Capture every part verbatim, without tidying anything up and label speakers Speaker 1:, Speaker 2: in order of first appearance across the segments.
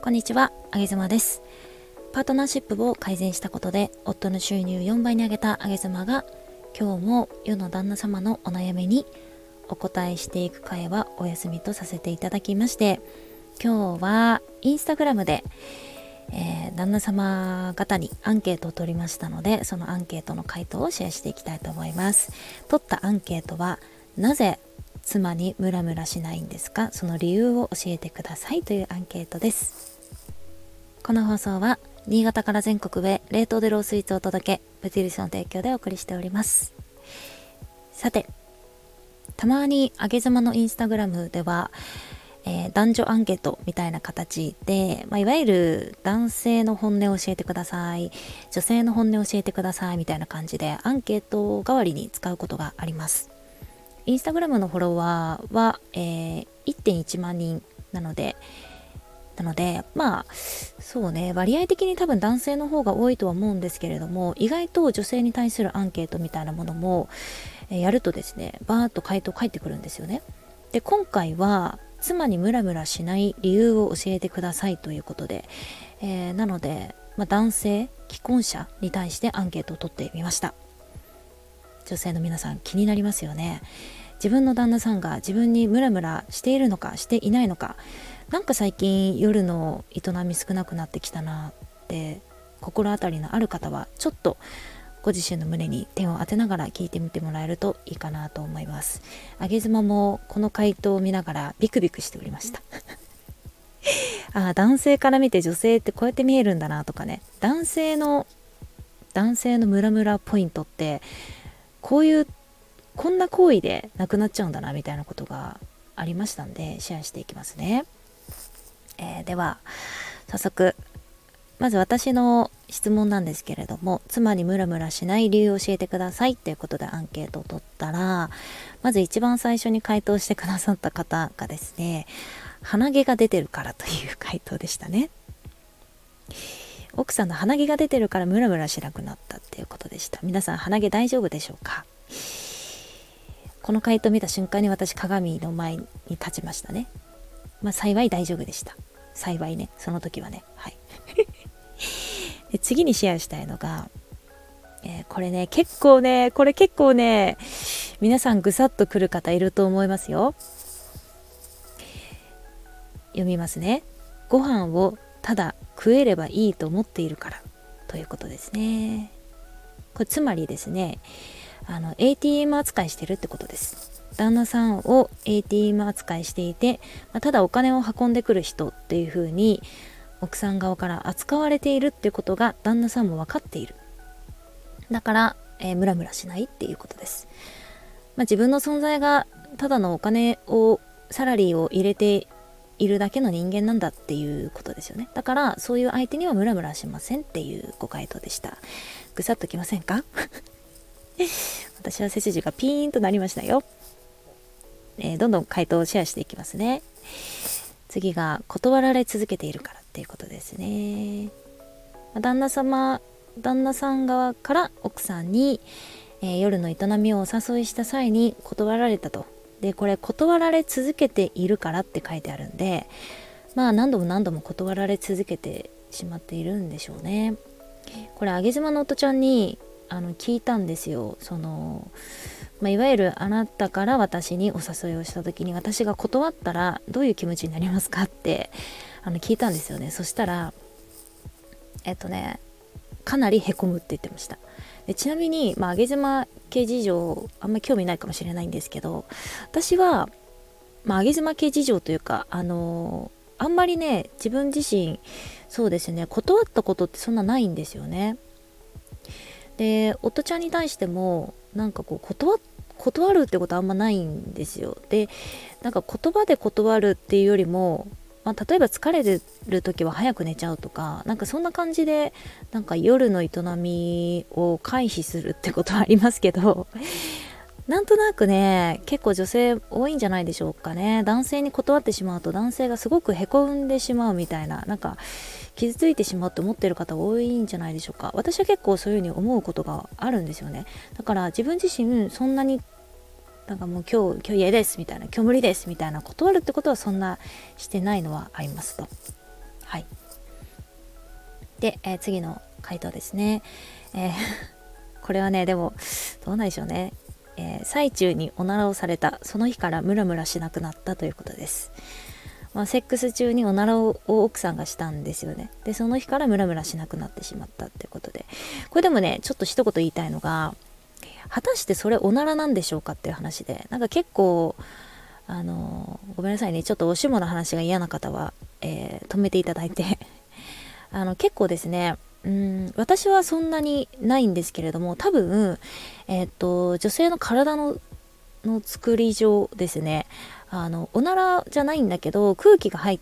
Speaker 1: こんにちは、あげずまです。パートナーシップを改善したことで夫の収入よんばいに上げたあげずまが、今日も世の旦那様のお悩みにお答えしていく回はお休みとさせていただきまして、今日はインスタグラムで、えー、旦那様方にアンケートを取りましたので、そのアンケートの回答をシェアしていきたいと思います。取ったアンケートは、なぜ妻にムラムラしないんですか、その理由を教えてくださいというアンケートです。この放送は新潟から全国へ冷凍でロースイーツをお届け、ブティリスの提供でお送りしております。さて、たまにあげざまのインスタグラムでは、えー、男女アンケートみたいな形で、まあ、いわゆる男性の本音を教えてください、女性の本音を教えてくださいみたいな感じでアンケート代わりに使うことがあります。インスタグラムのフォロワーは、えー、いってんいちまんにんなのでなのでまあそうね、割合的に多分男性の方が多いとは思うんですけれども、意外と女性に対するアンケートみたいなものも、えー、やるとですね、バーッと回答返ってくるんですよね。で、今回は妻にムラムラしない理由を教えてくださいということで、えー、なので、まあ、男性既婚者に対してアンケートを取ってみました。女性の皆さん気になりますよね。自分の旦那さんが自分にムラムラしているのかしていないのか、なんか最近夜の営み少なくなってきたなって心当たりのある方は、ちょっとご自身の胸に手を当てながら聞いてみてもらえるといいかなと思います。あげずまもこの回答を見ながらビクビクしておりましたああ、男性から見て女性ってこうやって見えるんだなとかね、男性の男性のムラムラポイントってこういうこんな行為でなくなっちゃうんだなみたいなことがありましたんで、シェアしていきますね。えー、では早速、まず私の質問なんですけれども、妻にムラムラしない理由を教えてくださいということでアンケートを取ったら、まず一番最初に回答してくださった方がですね、鼻毛が出てるからという回答でしたね。奥さんの鼻毛が出てるからムラムラしなくなったっていうことでした。皆さん鼻毛大丈夫でしょうか？この回答を見た瞬間に私鏡の前に立ちましたね。まあ幸い大丈夫でした。幸いね、その時はね。はいで、次にシェアしたいのが、えー、これね結構ねこれ結構ね皆さんぐさっとくる方いると思いますよ。読みますね。ご飯をただ食えればいいと思っているからということですね。これつまりですね、あの エーティーエム 扱いしてるってことです。旦那さんを エーティーエム 扱いしていて、まあ、ただお金を運んでくる人っていう風に奥さん側から扱われているっていうことが旦那さんも分かっている。だから、えー、ムラムラしないっていうことです。まあ、自分の存在がただのお金をサラリーを入れているだけの人間なんだっていうことですよね。だからそういう相手にはムラムラしませんっていうご回答でした。ぐさっときませんか私は背筋がピーンとなりましたよ。えー、どんどん回答をシェアしていきますね。次が断られ続けているからっていうことですね。旦那様旦那さん側から奥さんに、えー、夜の営みをお誘いした際に断られたと。で、これ断られ続けているからって書いてあるんで、まあ何度も何度も断られ続けてしまっているんでしょうね。これあげ妻の夫ちゃんにあの聞いたんですよ。その、まあ、いわゆるあなたから私にお誘いをした時に私が断ったらどういう気持ちになりますかってあの聞いたんですよね。そしたらえっとねかなりへこむって言ってました。で、ちなみに、まあ、上げ妻系事情あんまり興味ないかもしれないんですけど、私は、まあ、上げ妻系事情というかあのー、あんまりね自分自身そうですね断ったことってそんなないんですよね。で、夫ちゃんに対してもなんかこう断断るってことはあんまないんですよ。で、なんか言葉で断るっていうよりも、まあ、例えば疲れてる時は早く寝ちゃうとか、なんかそんな感じでなんか夜の営みを回避するってことはありますけどなんとなくね結構女性多いんじゃないでしょうかね。男性に断ってしまうと男性がすごくへこんでしまうみたいな、なんか傷ついてしまうと思ってる方多いんじゃないでしょうか。私は結構そういう風に思うことがあるんですよね。だから自分自身そんなになんかもう今日今日嫌ですみたいな、今日無理ですみたいな断るってことはそんなしてないのはありますと。 はい。で、えー、次の回答ですね。えー、これはねでもどうなんでしょうね。えー、最中におならをされた、その日からムラムラしなくなったということです。まあ、セックス中におならを奥さんがしたんですよね。でその日からムラムラしなくなってしまったってことで、これでもねちょっと一言言いたいのが、果たしてそれおならなんでしょうかっていう話で、なんか結構あのー、ごめんなさいね、ちょっとおしもの話が嫌な方は、えー、止めていただいてあの結構ですね、うん、私はそんなにないんですけれども、多分、えー、っと女性の体のの作り上ですね、あのおならじゃないんだけど空気が入って、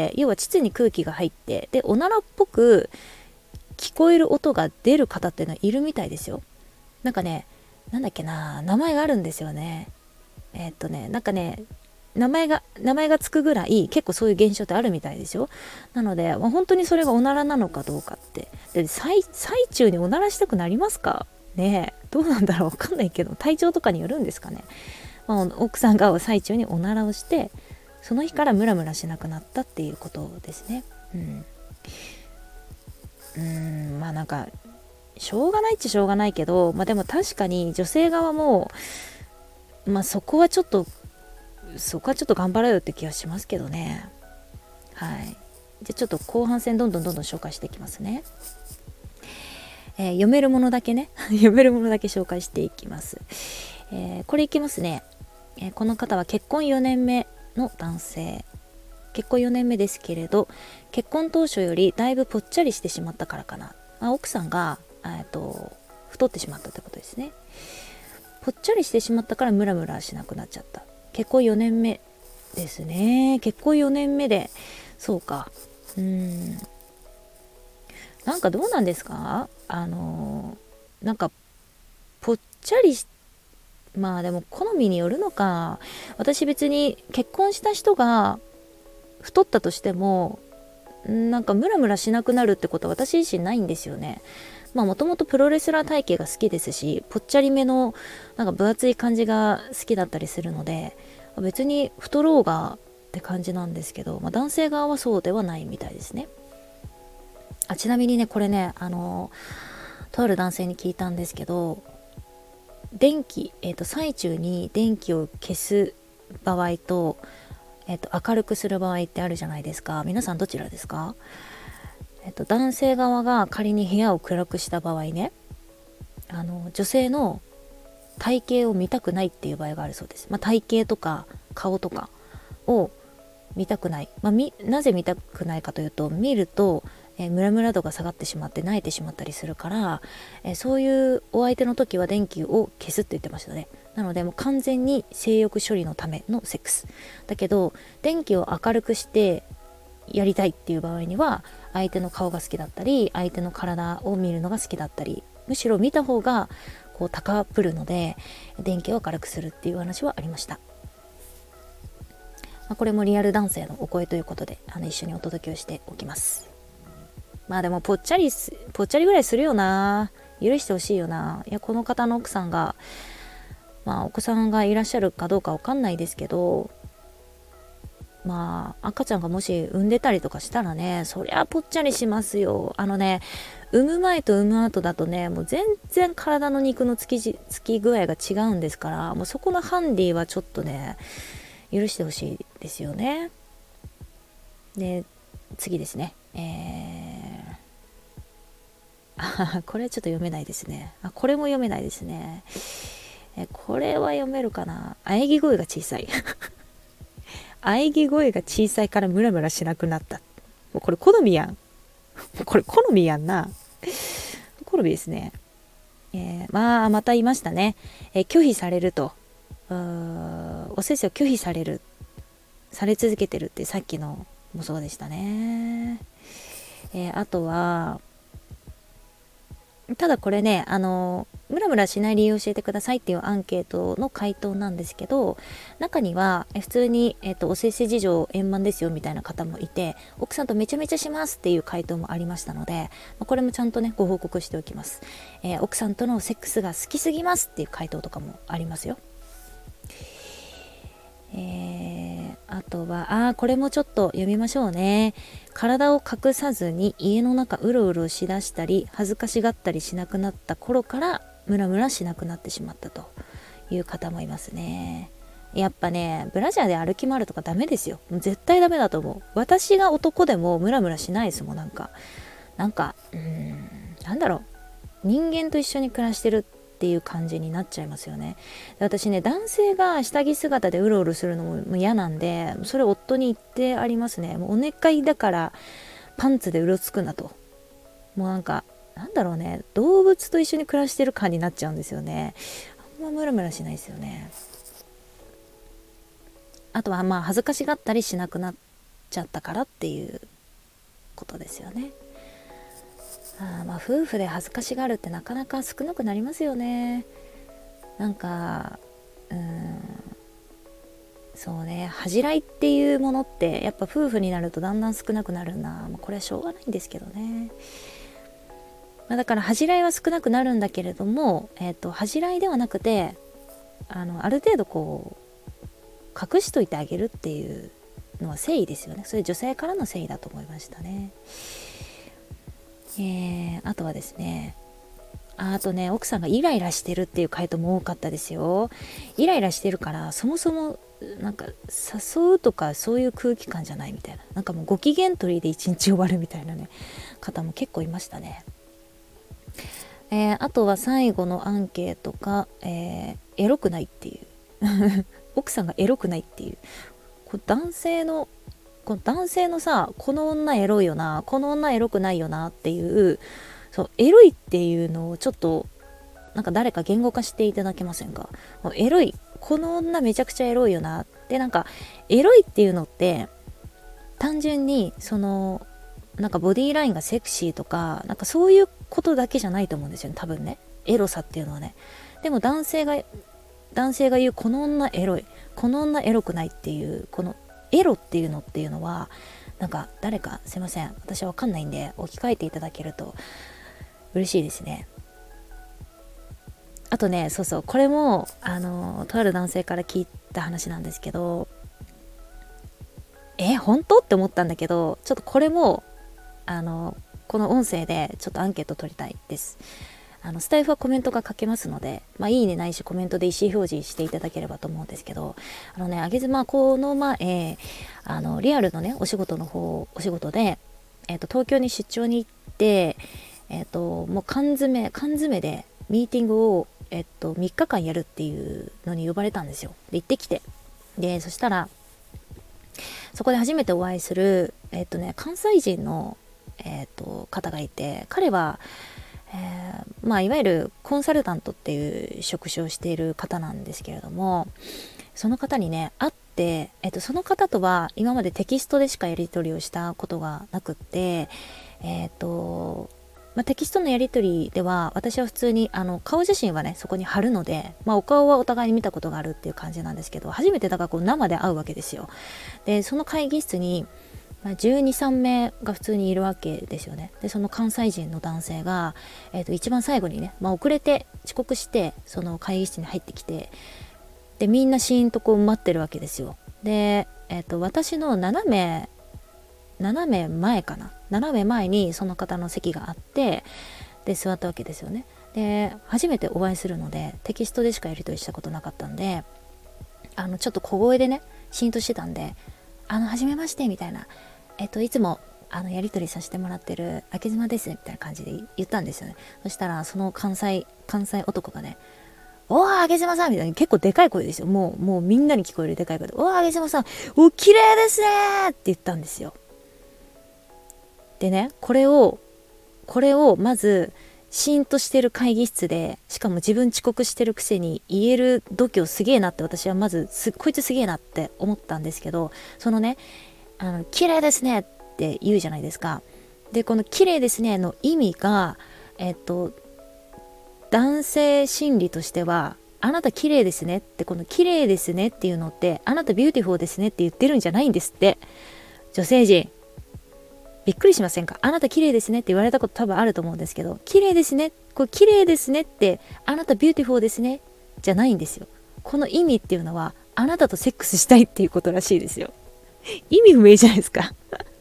Speaker 1: 要は膣に空気が入って、でおならっぽく聞こえる音が出る方っていうのはいるみたいですよ。なんかね、なんだっけな、名前があるんですよね。えー、っとねなんかね名前が名前がつくぐらい結構そういう現象ってあるみたいですよ。なので、まあ、本当にそれがおならなのかどうかって、で 最, 最中におならしたくなりますかね。えどうなんだろう、わかんないけど体調とかによるんですかね。まあ、奥さんが最中におならをして、その日からムラムラしなくなったっていうことですね。うんうーんまあなんかしょうがないっちゃしょうがないけど、まあでも確かに女性側もまあそこはちょっとそこはちょっと頑張ろうよって気がしますけどね。はい。じゃあちょっと後半戦どんどんどんどん紹介していきますね。えー、読めるものだけね読めるものだけ紹介していきます。えー、これいきますね。えー、この方は結婚よねんめの男性。結婚よねんめですけれど、結婚当初よりだいぶぽっちゃりしてしまったからかな。まあ、奥さんが、えーと、太ってしまったってことですね。ぽっちゃりしてしまったからムラムラしなくなっちゃった。結婚よねんめですね。結婚よねんめで、そうか。うーん。なんかどうなんですか？あのー、なんかぽっちゃりし、まあでも好みによるのか。私別に結婚した人が太ったとしても、なんかムラムラしなくなるってことは私自身ないんですよね。まあもともとプロレスラー体型が好きですし、ぽっちゃりめのなんか分厚い感じが好きだったりするので、別に太ろうがって感じなんですけど、まあ、男性側はそうではないみたいですね。あ、ちなみにねこれね、あのとある男性に聞いたんですけど、電気、えーと、最中に電気を消す場合と、えーと、明るくする場合ってあるじゃないですか。皆さんどちらですか？えーと、男性側が仮に部屋を暗くした場合ね、あの女性の体型を見たくないっていう場合があるそうです。まあ、体型とか顔とかを見たくない、まあ、みなぜ見たくないかというと、見ると、えー、ムラムラ度が下がってしまって萎えてしまったりするから、えー、そういうお相手の時は電気を消すって言ってましたね。なのでもう完全に性欲処理のためのセックスだけど、電気を明るくしてやりたいっていう場合には、相手の顔が好きだったり相手の体を見るのが好きだったり、むしろ見た方がこう高ぶるので電気を明るくするっていう話はありました。まあ、これもリアル男性のお声ということで、あの一緒にお届けをしておきます。まあでもぽっちゃりぽっちゃりぐらいするよな、許してほしいよな。いやこの方の奥さんが、まあお子さんがいらっしゃるかどうかわかんないですけど、まあ赤ちゃんがもし産んでたりとかしたらね、そりゃぽっちゃりしますよ。あのね、産む前と産む後だとね、もう全然体の肉のつきじつき具合が違うんですから、もうそこのハンディはちょっとね許してほしいですよね。で次ですね。えー、あこれちょっと読めないですね。あこれも読めないですね。えこれは読めるかな。喘ぎ声が小さい喘ぎ声が小さいからムラムラしなくなった。もうこれ好みやんこれ好みやんな。好みですね。えー、まあまた言いましたね。えー、拒否されると、うーおせちを拒否されるされ続けてるってさっきのもそうでしたね。えー、あとはただこれね、あのムラムラしない理由を教えてくださいっていうアンケートの回答なんですけど、中にはえ普通に、えーと、おせっせ事情円満ですよみたいな方もいて、奥さんとめちゃめちゃしますっていう回答もありましたので、まあ、これもちゃんとねご報告しておきます。えー、奥さんとのセックスが好きすぎますっていう回答とかもありますよ。えー、あとはあーこれもちょっと読みましょうね。体を隠さずに家の中うろうろしだしたり恥ずかしがったりしなくなった頃からムラムラしなくなってしまったという方もいますね。やっぱねブラジャーで歩き回るとかダメですよ。もう絶対ダメだと思う。私が男でもムラムラしないですもん。なんかなんかうーんなんだろう、人間と一緒に暮らしてるっていう感じになっちゃいますよね。私ね男性が下着姿でうろうろするのも嫌なんで、それ夫に言ってありますね。もうお願いだからパンツでうろつくなと。もうなんかなんだろうね、動物と一緒に暮らしてる感になっちゃうんですよね。あんまムラムラしないですよね。あとはまあ恥ずかしがったりしなくなっちゃったからっていうことですよね。あまあ夫婦で恥ずかしがるってなかなか少なくなりますよね。なんかうーんそうね、恥じらいっていうものってやっぱ夫婦になるとだんだん少なくなるな、まあ、これはしょうがないんですけどね。まあ、だから恥じらいは少なくなるんだけれども、えーと、恥じらいではなくてあのある程度こう隠しといてあげるっていうのは誠意ですよね。それ女性からの誠意だと思いましたね。えー、あとはですねあとね奥さんがイライラしてるっていう回答も多かったですよ。イライラしてるからそもそもなんか誘うとかそういう空気感じゃないみたいな、なんかもうご機嫌取りで一日終わるみたいなね方も結構いましたね。えー、あとは最後のアンケートが、えー、エロくないっていう奥さんがエロくないっていう、こう男性のこの男性のさ、この女エロいよな、この女エロくないよなっていう、そうエロいっていうのをちょっとなんか誰か言語化していただけませんか。エロい、この女めちゃくちゃエロいよなって、なんかエロいっていうのって単純にそのなんかボディーラインがセクシーとかなんかそういうことだけじゃないと思うんですよね、多分ね。エロさっていうのはね。でも男性が男性が言うこの女エロい、この女エロくないっていうこのエロっていうのっていうのはなんか誰かすいません私は分かんないんで置き換えていただけると嬉しいですね。あとねそうそうこれもあのとある男性から聞いた話なんですけど、え本当って思ったんだけど、ちょっとこれもあのこの音声でちょっとアンケート取りたいです。あのスタイフはコメントが書けますので、まあ、いいねないしコメントで意思表示していただければと思うんですけど、あのねあげずまこの前あのリアルのねお仕事の方お仕事で、えー、と東京に出張に行って、えー、ともう缶詰缶詰でミーティングを、えー、とみっかかんやるっていうのに呼ばれたんですよ。で行ってきて、でそしたらそこで初めてお会いする、えっとね、関西人の、えっと、方がいて、彼は、えーまあ、いわゆるコンサルタントっていう職種をしている方なんですけれども、その方にね会って、えっと、その方とは今までテキストでしかやり取りをしたことがなくって、えっとまあ、テキストのやり取りでは私は普通にあの顔写真はねそこに貼るので、まあ、お顔はお互いに見たことがあるっていう感じなんですけど、初めてだからこう生で会うわけですよ。でその会議室に、まあ、じゅうに、さんめいが普通にいるわけですよね。でその関西人の男性が、えー、と一番最後にね、まあ、遅れて遅刻してその会議室に入ってきて、でみんなシーンとこう待ってるわけですよ。で、えー、と私の斜め斜め前かな斜め前にその方の席があって、で座ったわけですよね。で初めてお会いするのでテキストでしかやり取りしたことなかったんで、あのちょっと小声でねシーンとしてたんで、あの初めましてみたいな、えっといつもあのやり取りさせてもらってる明妻ですみたいな感じで言ったんですよね。そしたらその関西関西男がね、おー明妻さんみたいな結構でかい声ですよ。もうもうみんなに聞こえるでかい声で、おー明妻さんお綺麗ですねって言ったんですよ。でねこれをこれをまずシーンとしてる会議室で、しかも自分遅刻してるくせに言える度胸すげえなって私はまずすこいつすげえなって思ったんですけど、そのねあの綺麗ですねって言うじゃないですか。でこの綺麗ですねの意味がえっと男性心理としては、あなた綺麗ですねって、この綺麗ですねっていうのってあなたビューティフォーですねって言ってるんじゃないんですって。女性陣びっくりしませんか。あなた綺麗ですねって言われたこと多分あると思うんですけど、綺麗ですね、これ綺麗ですねって、あなたビューティフォーですねじゃないんですよ。この意味っていうのはあなたとセックスしたいっていうことらしいですよ。 意味不明じゃないですか。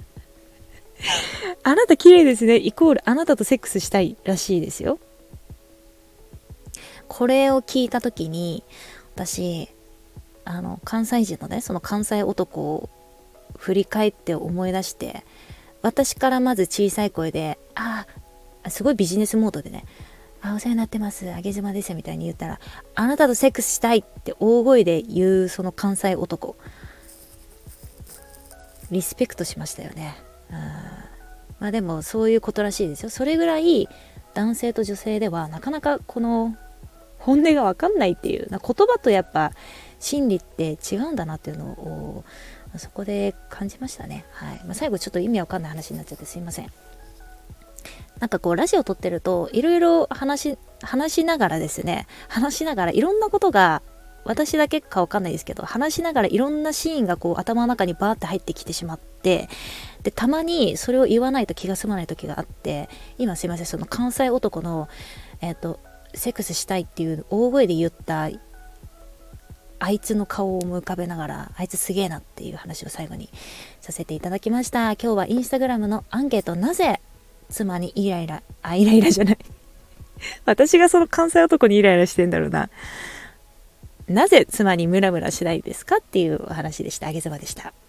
Speaker 1: あなた綺麗ですねイコールあなたとセックスしたいらしいですよ。これを聞いた時に私あの関西人のねその関西男を振り返って思い出して、私からまず小さい声でああすごいビジネスモードでね、あお世話になってますあげ妻ですよみたいに言ったら、あなたとセックスしたいって大声で言うその関西男、リスペクトしましたよね。うん、まあでもそういうことらしいですよ。それぐらい男性と女性ではなかなかこの本音が分かんないっていう、な言葉とやっぱ心理って違うんだなっていうのをそこで感じましたね。はい。まあ、最後ちょっと意味わかんない話になっちゃってすいません。なんかこうラジオ撮ってるといろいろ話話しながらですね、話しながらいろんなことが私だけかわかんないですけど、話しながらいろんなシーンがこう頭の中にバーって入ってきてしまって、でたまにそれを言わないと気が済まない時があって、今すいませんその関西男のえっとセックスしたいっていう大声で言ったあいつの顔を思い浮かべながら、あいつすげえなっていう話を最後にさせていただきました。今日はインスタグラムのアンケート、なぜ妻にイライラあイライラじゃない私がその関西男にイライラしてんだろうな、なぜ妻にムラムラしないですかっていうお話でした。あげ妻でした。